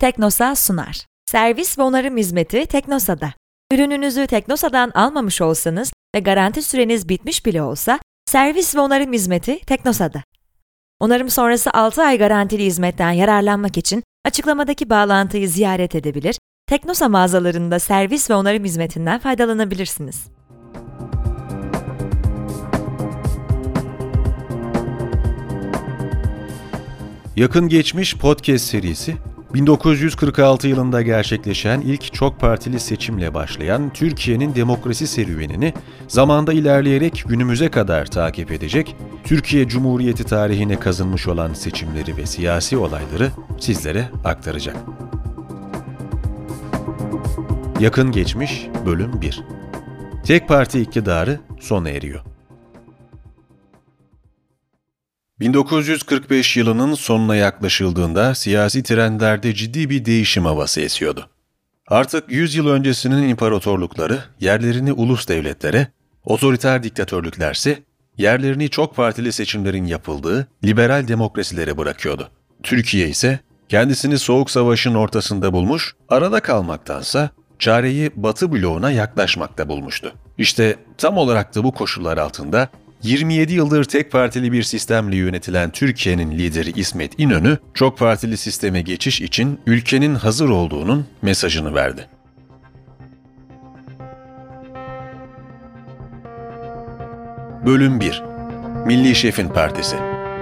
Teknosa sunar. Servis ve onarım hizmeti Teknosa'da. Ürününüzü Teknosa'dan almamış olsanız ve garanti süreniz bitmiş bile olsa, servis ve onarım hizmeti Teknosa'da. Onarım sonrası 6 ay garantili hizmetten yararlanmak için açıklamadaki bağlantıyı ziyaret edebilir, Teknosa mağazalarında servis ve onarım hizmetinden faydalanabilirsiniz. Yakın Geçmiş podcast serisi, 1946 yılında gerçekleşen ilk çok partili seçimle başlayan Türkiye'nin demokrasi serüvenini zamanda ilerleyerek günümüze kadar takip edecek, Türkiye Cumhuriyeti tarihine kazınmış olan seçimleri ve siyasi olayları sizlere aktaracak. Yakın Geçmiş Bölüm 1. Tek parti iktidarı sona eriyor. 1945 yılının sonuna yaklaşıldığında siyasi trendlerde ciddi bir değişim havası esiyordu. Artık 100 yıl öncesinin imparatorlukları yerlerini ulus devletlere, otoriter diktatörlüklerse yerlerini çok partili seçimlerin yapıldığı liberal demokrasilere bırakıyordu. Türkiye ise kendisini Soğuk Savaş'ın ortasında bulmuş, arada kalmaktansa çareyi Batı bloğuna yaklaşmakta bulmuştu. İşte tam olarak da bu koşullar altında 27 yıldır tek partili bir sistemle yönetilen Türkiye'nin lideri İsmet İnönü, çok partili sisteme geçiş için ülkenin hazır olduğunun mesajını verdi. Bölüm 1. Milli Şef'in Partisi.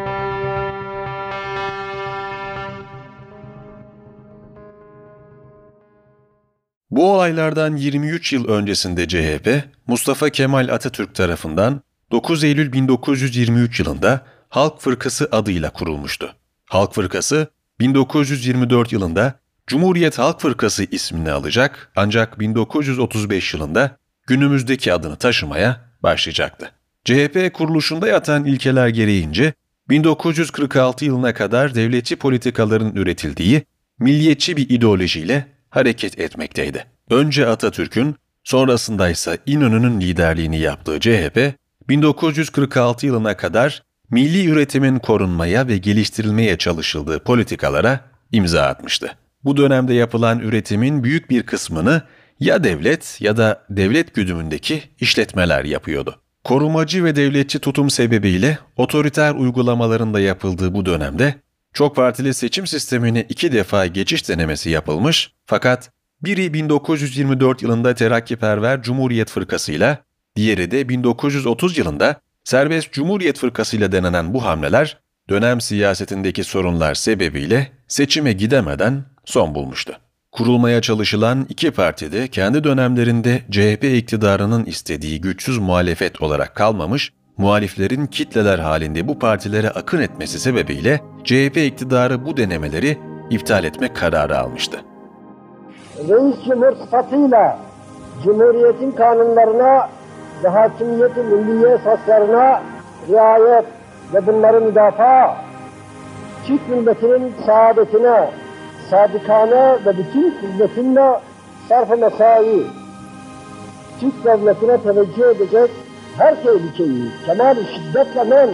Bu olaylardan 23 yıl öncesinde CHP, Mustafa Kemal Atatürk tarafından 9 Eylül 1923 yılında Halk Fırkası adıyla kurulmuştu. Halk Fırkası, 1924 yılında Cumhuriyet Halk Fırkası ismini alacak ancak 1935 yılında günümüzdeki adını taşımaya başlayacaktı. CHP kuruluşunda yatan ilkeler gereğince 1946 yılına kadar devletçi politikaların üretildiği milliyetçi bir ideolojiyle hareket etmekteydi. Önce Atatürk'ün, sonrasında ise İnönü'nün liderliğini yaptığı CHP, 1946 yılına kadar milli üretimin korunmaya ve geliştirilmeye çalışıldığı politikalara imza atmıştı. Bu dönemde yapılan üretimin büyük bir kısmını ya devlet ya da devlet güdümündeki işletmeler yapıyordu. Korumacı ve devletçi tutum sebebiyle otoriter uygulamaların da yapıldığı bu dönemde çok partili seçim sistemine 2 defa geçiş denemesi yapılmış fakat biri 1924 yılında Terakkiperver Cumhuriyet Fırkası'yla, diğeri de 1930 yılında Serbest Cumhuriyet Fırkası'yla denenen bu hamleler dönem siyasetindeki sorunlar sebebiyle seçime gidemeden son bulmuştu. Kurulmaya çalışılan iki parti de kendi dönemlerinde CHP iktidarının istediği güçsüz muhalefet olarak kalmamış, muhaliflerin kitleler halinde bu partilere akın etmesi sebebiyle CHP iktidarı bu denemeleri iptal etme kararı almıştı. Reis Cumhur sıfatıyla Cumhuriyetin kanunlarına ve hakimiyeti milliye esaslarına riayet ve bunları müdafaa, Türk milletinin saadetine, sadıkane ve bütün hizmetinle sarf-ı mesai, Türk devletine teveccüh edecek her tehlikeyi kemal-i şiddetle men,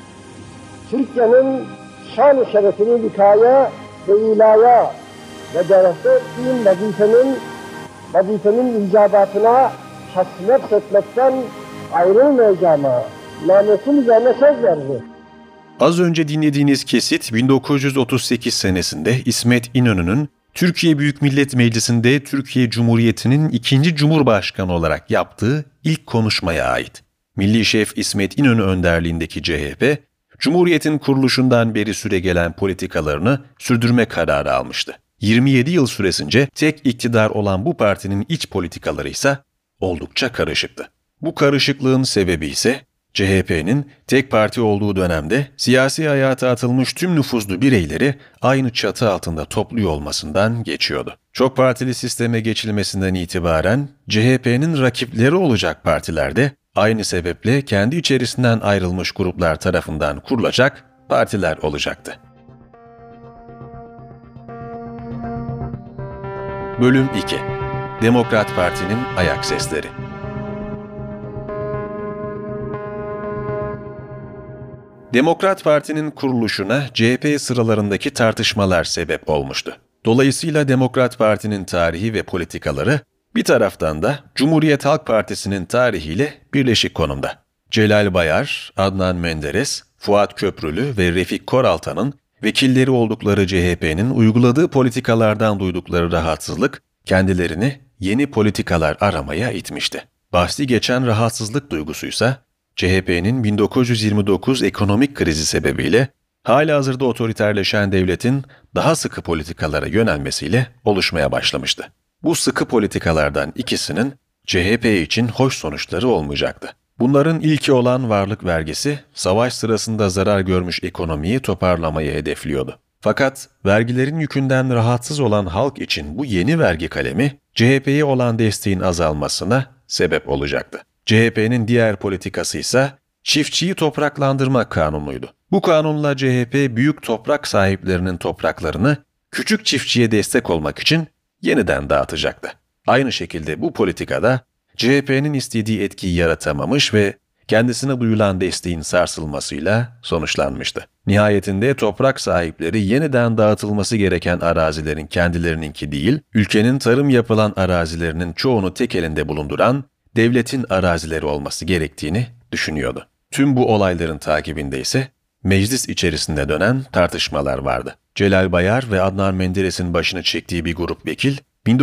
Türkiye'nin şan-ı şerefini vikaya ve ilaya ve dereste ettiğim vazifenin icabatına hasret etmekten ayrılmayacağıma namusun üzerine söz verdi. Az önce dinlediğiniz kesit 1938 senesinde İsmet İnönü'nün Türkiye Büyük Millet Meclisi'nde Türkiye Cumhuriyeti'nin 2. Cumhurbaşkanı olarak yaptığı ilk konuşmaya ait. Milli Şef İsmet İnönü önderliğindeki CHP, Cumhuriyet'in kuruluşundan beri süregelen politikalarını sürdürme kararı almıştı. 27 yıl süresince tek iktidar olan bu partinin iç politikaları ise oldukça karışıktı. Bu karışıklığın sebebi ise CHP'nin tek parti olduğu dönemde siyasi hayata atılmış tüm nüfuzlu bireyleri aynı çatı altında topluyor olmasından geçiyordu. Çok partili sisteme geçilmesinden itibaren CHP'nin rakipleri olacak partilerde aynı sebeple kendi içerisinden ayrılmış gruplar tarafından kurulacak partiler olacaktı. Bölüm 2. Demokrat Parti'nin ayak sesleri. Demokrat Parti'nin kuruluşuna CHP sıralarındaki tartışmalar sebep olmuştu. Dolayısıyla Demokrat Parti'nin tarihi ve politikaları bir taraftan da Cumhuriyet Halk Partisi'nin tarihiyle birleşik konumda. Celal Bayar, Adnan Menderes, Fuat Köprülü ve Refik Koraltan'ın vekilleri oldukları CHP'nin uyguladığı politikalardan duydukları rahatsızlık kendilerini yeni politikalar aramaya itmişti. Bahsi geçen rahatsızlık duygusuysa CHP'nin 1929 ekonomik krizi sebebiyle halihazırda otoriterleşen devletin daha sıkı politikalara yönelmesiyle oluşmaya başlamıştı. Bu sıkı politikalardan ikisinin CHP için hoş sonuçları olmayacaktı. Bunların ilki olan varlık vergisi, savaş sırasında zarar görmüş ekonomiyi toparlamayı hedefliyordu. Fakat vergilerin yükünden rahatsız olan halk için bu yeni vergi kalemi, CHP'ye olan desteğin azalmasına sebep olacaktı. CHP'nin diğer politikası ise çiftçiyi topraklandırma kanunuydu. Bu kanunla CHP büyük toprak sahiplerinin topraklarını küçük çiftçiye destek olmak için yeniden dağıtacaktı. Aynı şekilde bu politikada CHP'nin istediği etkiyi yaratamamış ve kendisine duyulan desteğin sarsılmasıyla sonuçlanmıştı. Nihayetinde toprak sahipleri yeniden dağıtılması gereken arazilerin kendilerininki değil, ülkenin tarım yapılan arazilerinin çoğunu tek elinde bulunduran devletin arazileri olması gerektiğini düşünüyordu. Tüm bu olayların takibinde ise meclis içerisinde dönen tartışmalar vardı. Celal Bayar ve Adnan Menderes'in başını çektiği bir grup vekil,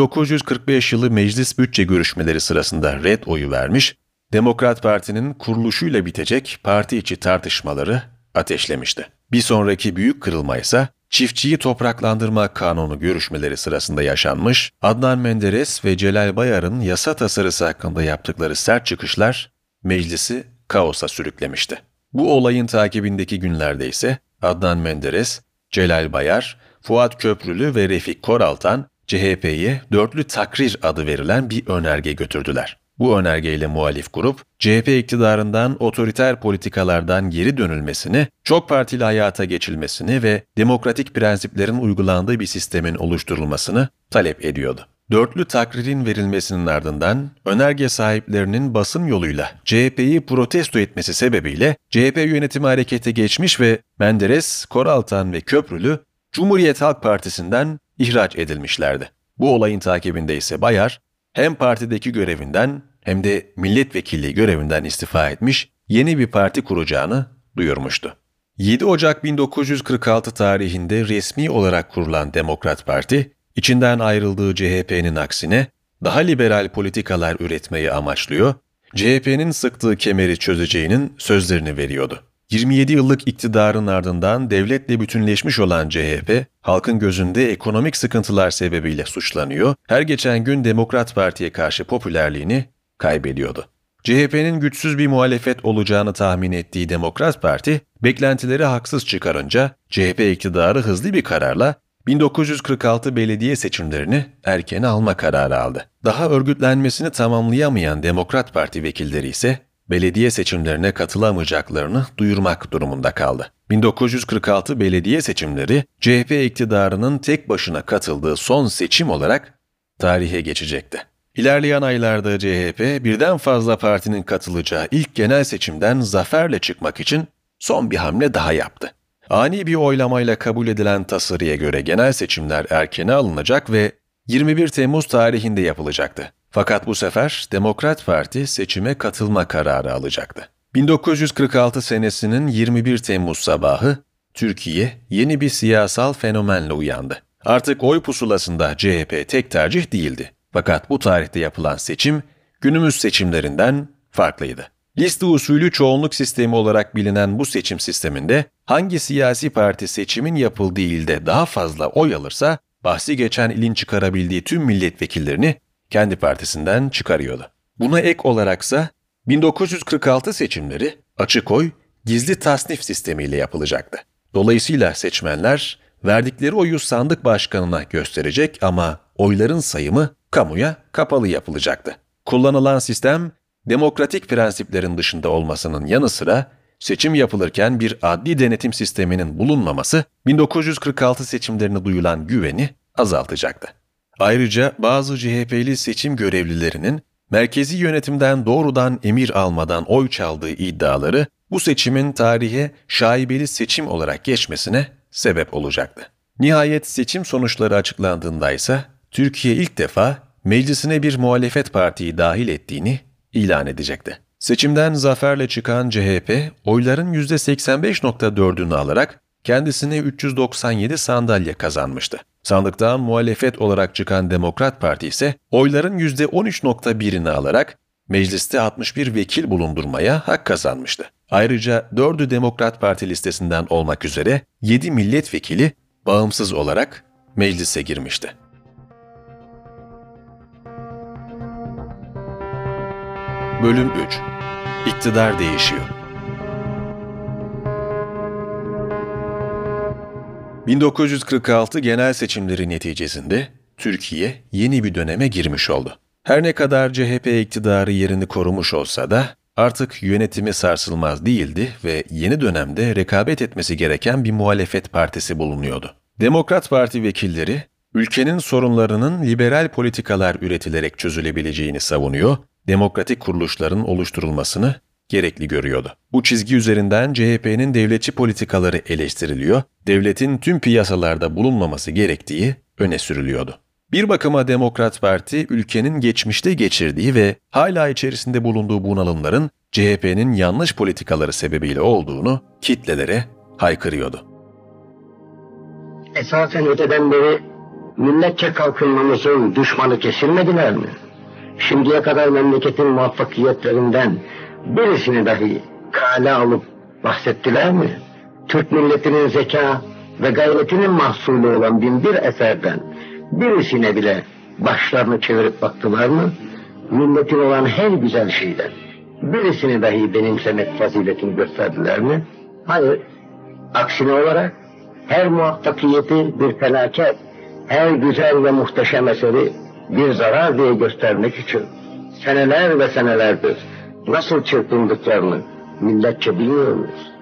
1945 yılı meclis bütçe görüşmeleri sırasında red oyu vermiş, Demokrat Parti'nin kuruluşuyla bitecek parti içi tartışmaları ateşlemişti. Bir sonraki büyük kırılma ise çiftçiyi topraklandırma kanunu görüşmeleri sırasında yaşanmış, Adnan Menderes ve Celal Bayar'ın yasa tasarısı hakkında yaptıkları sert çıkışlar meclisi kaosa sürüklemişti. Bu olayın takibindeki günlerde ise Adnan Menderes, Celal Bayar, Fuat Köprülü ve Refik Koraltan CHP'ye dörtlü takrir adı verilen bir önerge götürdüler. Bu önergeyle muhalif grup, CHP iktidarından otoriter politikalardan geri dönülmesini, çok partili hayata geçilmesini ve demokratik prensiplerin uygulandığı bir sistemin oluşturulmasını talep ediyordu. Dörtlü takririn verilmesinin ardından önerge sahiplerinin basın yoluyla CHP'yi protesto etmesi sebebiyle CHP yönetimi harekete geçmiş ve Menderes, Koraltan ve Köprülü Cumhuriyet Halk Partisi'nden ihraç edilmişlerdi. Bu olayın takibinde ise Bayar hem partideki görevinden hem de milletvekilliği görevinden istifa etmiş, yeni bir parti kuracağını duyurmuştu. 7 Ocak 1946 tarihinde resmi olarak kurulan Demokrat Parti, içinden ayrıldığı CHP'nin aksine daha liberal politikalar üretmeyi amaçlıyor, CHP'nin sıktığı kemeri çözeceğinin sözlerini veriyordu. 27 yıllık iktidarın ardından devletle bütünleşmiş olan CHP, halkın gözünde ekonomik sıkıntılar sebebiyle suçlanıyor, her geçen gün Demokrat Parti'ye karşı popülerliğini kaybediyordu. CHP'nin güçsüz bir muhalefet olacağını tahmin ettiği Demokrat Parti, beklentileri haksız çıkarınca CHP iktidarı hızlı bir kararla 1946 belediye seçimlerini erken alma kararı aldı. Daha örgütlenmesini tamamlayamayan Demokrat Parti vekilleri ise belediye seçimlerine katılamayacaklarını duyurmak durumunda kaldı. 1946 belediye seçimleri CHP iktidarının tek başına katıldığı son seçim olarak tarihe geçecekti. İlerleyen aylarda CHP birden fazla partinin katılacağı ilk genel seçimden zaferle çıkmak için son bir hamle daha yaptı. Ani bir oylamayla kabul edilen tasarıya göre genel seçimler erkene alınacak ve 21 Temmuz tarihinde yapılacaktı. Fakat bu sefer Demokrat Parti seçime katılma kararı alacaktı. 1946 senesinin 21 Temmuz sabahı Türkiye yeni bir siyasal fenomenle uyandı. Artık oy pusulasında CHP tek tercih değildi. Fakat bu tarihte yapılan seçim günümüz seçimlerinden farklıydı. Liste usulü çoğunluk sistemi olarak bilinen bu seçim sisteminde hangi siyasi parti seçimin yapıldığı ilde daha fazla oy alırsa bahsi geçen ilin çıkarabildiği tüm milletvekillerini kendi partisinden çıkarıyordu. Buna ek olaraksa 1946 seçimleri açık oy, gizli tasnif sistemiyle yapılacaktı. Dolayısıyla seçmenler verdikleri oyu sandık başkanına gösterecek ama oyların sayımı kamuya kapalı yapılacaktı. Kullanılan sistem demokratik prensiplerin dışında olmasının yanı sıra seçim yapılırken bir adli denetim sisteminin bulunmaması 1946 seçimlerine duyulan güveni azaltacaktı. Ayrıca bazı CHP'li seçim görevlilerinin merkezi yönetimden doğrudan emir almadan oy çaldığı iddiaları bu seçimin tarihe şaibeli seçim olarak geçmesine sebep olacaktı. Nihayet seçim sonuçları açıklandığında ise Türkiye ilk defa meclisine bir muhalefet partiyi dahil ettiğini ilan edecekti. Seçimden zaferle çıkan CHP, oyların %85.4'ünü alarak kendisine 397 sandalye kazanmıştı. Sandıktan muhalefet olarak çıkan Demokrat Parti ise oyların %13.1'ini alarak mecliste 61 vekil bulundurmaya hak kazanmıştı. Ayrıca 4'ü Demokrat Parti listesinden olmak üzere 7 milletvekili bağımsız olarak meclise girmişti. Bölüm 3. İktidar değişiyor. 1946 genel seçimleri neticesinde Türkiye yeni bir döneme girmiş oldu. Her ne kadar CHP iktidarı yerini korumuş olsa da artık yönetimi sarsılmaz değildi ve yeni dönemde rekabet etmesi gereken bir muhalefet partisi bulunuyordu. Demokrat Parti vekilleri, ülkenin sorunlarının liberal politikalar üretilerek çözülebileceğini savunuyor, demokratik kuruluşların oluşturulmasını gerekli görüyordu. Bu çizgi üzerinden CHP'nin devletçi politikaları eleştiriliyor, devletin tüm piyasalarda bulunmaması gerektiği öne sürülüyordu. Bir bakıma Demokrat Parti, ülkenin geçmişte geçirdiği ve hala içerisinde bulunduğu bunalımların CHP'nin yanlış politikaları sebebiyle olduğunu kitlelere haykırıyordu. Esasen öteden beri milletçe kalkınmamızın düşmanı kesilmediler mi? Şimdiye kadar memleketin muvaffakiyetlerinden birisini dahi kale alıp bahsettiler mi? Türk milletinin zeka ve gayretinin mahsulü olan binbir eserden birisine bile başlarını çevirip baktılar mı? Milletin olan her güzel şeyden birisini dahi benimsemek faziletini gösterdiler mi? Hayır. Aksine olarak her muvaffakiyeti bir felaket, her güzel ve muhteşem eseri bir zarar diye göstermek için seneler ve senelerdir nasıl çırpındıklarını milletçe bilmiyor muyuz?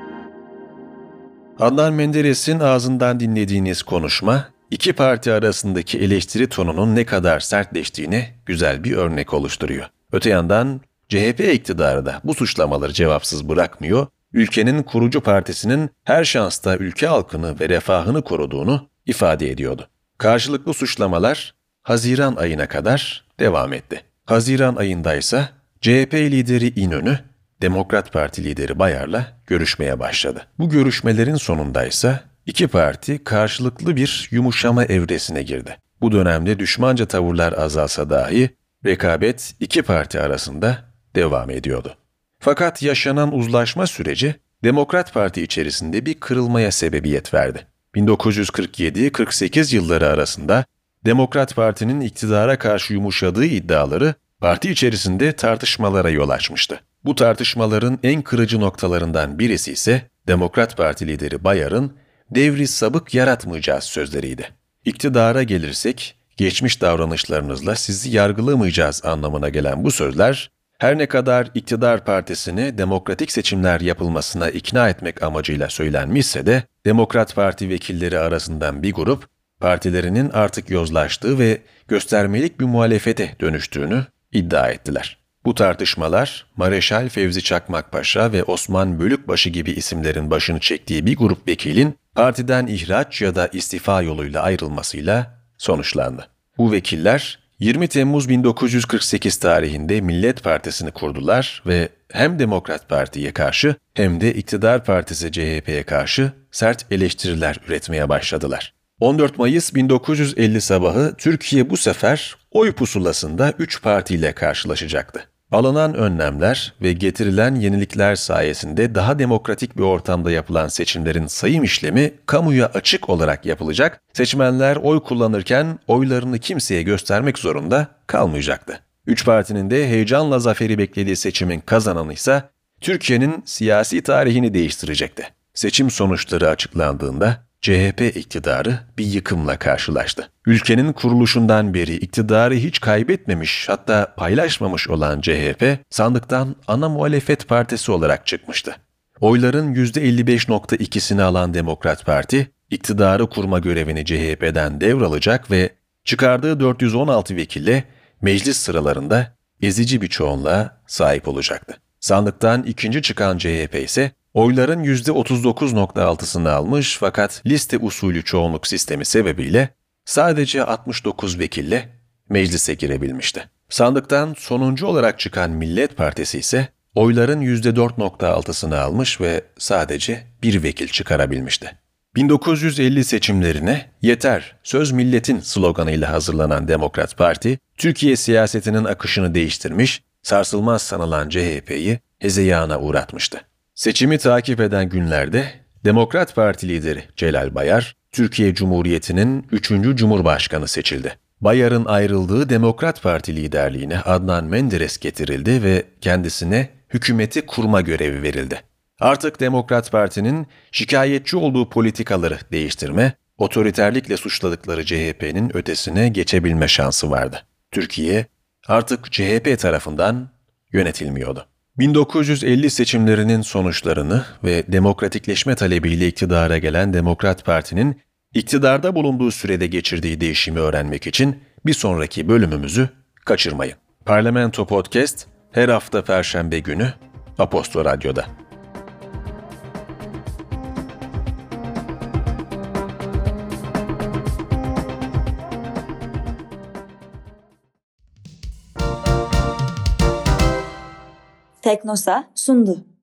Adnan Menderes'in ağzından dinlediğiniz konuşma, iki parti arasındaki eleştiri tonunun ne kadar sertleştiğine güzel bir örnek oluşturuyor. Öte yandan CHP iktidarı da bu suçlamaları cevapsız bırakmıyor, ülkenin kurucu partisinin her şansta ülke halkını ve refahını koruduğunu ifade ediyordu. Karşılıklı suçlamalar Haziran ayına kadar devam etti. Haziran ayında ise CHP lideri İnönü, Demokrat Parti lideri Bayar'la görüşmeye başladı. Bu görüşmelerin sonunda ise iki parti karşılıklı bir yumuşama evresine girdi. Bu dönemde düşmanca tavırlar azalsa dahi rekabet iki parti arasında devam ediyordu. Fakat yaşanan uzlaşma süreci Demokrat Parti içerisinde bir kırılmaya sebebiyet verdi. 1947-48 yılları arasında Demokrat Parti'nin iktidara karşı yumuşadığı iddiaları parti içerisinde tartışmalara yol açmıştı. Bu tartışmaların en kırıcı noktalarından birisi ise Demokrat Parti lideri Bayar'ın "devri sabık yaratmayacağız" sözleriydi. İktidara gelirsek geçmiş davranışlarınızla sizi yargılamayacağız anlamına gelen bu sözler, her ne kadar iktidar partisini demokratik seçimler yapılmasına ikna etmek amacıyla söylenmişse de Demokrat Parti vekilleri arasından bir grup, partilerinin artık yozlaştığı ve göstermelik bir muhalefete dönüştüğünü iddia ettiler. Bu tartışmalar, Mareşal Fevzi Çakmakpaşa ve Osman Bölükbaşı gibi isimlerin başını çektiği bir grup vekilin partiden ihraç ya da istifa yoluyla ayrılmasıyla sonuçlandı. Bu vekiller 20 Temmuz 1948 tarihinde Millet Partisi'ni kurdular ve hem Demokrat Parti'ye karşı hem de iktidar partisi CHP'ye karşı sert eleştiriler üretmeye başladılar. 14 Mayıs 1950 sabahı Türkiye bu sefer oy pusulasında 3 partiyle karşılaşacaktı. Alınan önlemler ve getirilen yenilikler sayesinde daha demokratik bir ortamda yapılan seçimlerin sayım işlemi kamuya açık olarak yapılacak, seçmenler oy kullanırken oylarını kimseye göstermek zorunda kalmayacaktı. 3 partinin de heyecanla zaferi beklediği seçimin kazananı ise Türkiye'nin siyasi tarihini değiştirecekti. Seçim sonuçları açıklandığında CHP iktidarı bir yıkımla karşılaştı. Ülkenin kuruluşundan beri iktidarı hiç kaybetmemiş, hatta paylaşmamış olan CHP, sandıktan ana muhalefet partisi olarak çıkmıştı. Oyların %55.2'sini alan Demokrat Parti, iktidarı kurma görevini CHP'den devralacak ve çıkardığı 416 vekille meclis sıralarında ezici bir çoğunluğa sahip olacaktı. Sandıktan ikinci çıkan CHP ise oyların %39.6'sını almış fakat liste usulü çoğunluk sistemi sebebiyle sadece 69 vekille meclise girebilmişti. Sandıktan sonuncu olarak çıkan Millet Partisi ise oyların %4.6'sını almış ve sadece bir vekil çıkarabilmişti. 1950 seçimlerine "Yeter, söz milletin" sloganıyla hazırlanan Demokrat Parti, Türkiye siyasetinin akışını değiştirmiş, sarsılmaz sanılan CHP'yi hezeyana uğratmıştı. Seçimi takip eden günlerde Demokrat Parti lideri Celal Bayar, Türkiye Cumhuriyeti'nin 3. Cumhurbaşkanı seçildi. Bayar'ın ayrıldığı Demokrat Parti liderliğine Adnan Menderes getirildi ve kendisine hükümeti kurma görevi verildi. Artık Demokrat Parti'nin şikayetçi olduğu politikaları değiştirme, otoriterlikle suçladıkları CHP'nin ötesine geçebilme şansı vardı. Türkiye artık CHP tarafından yönetilmiyordu. 1950 seçimlerinin sonuçlarını ve demokratikleşme talebiyle iktidara gelen Demokrat Parti'nin iktidarda bulunduğu sürede geçirdiği değişimi öğrenmek için bir sonraki bölümümüzü kaçırmayın. Parlamento Podcast her hafta Perşembe günü Aposto Radyo'da. Teknosa sundu.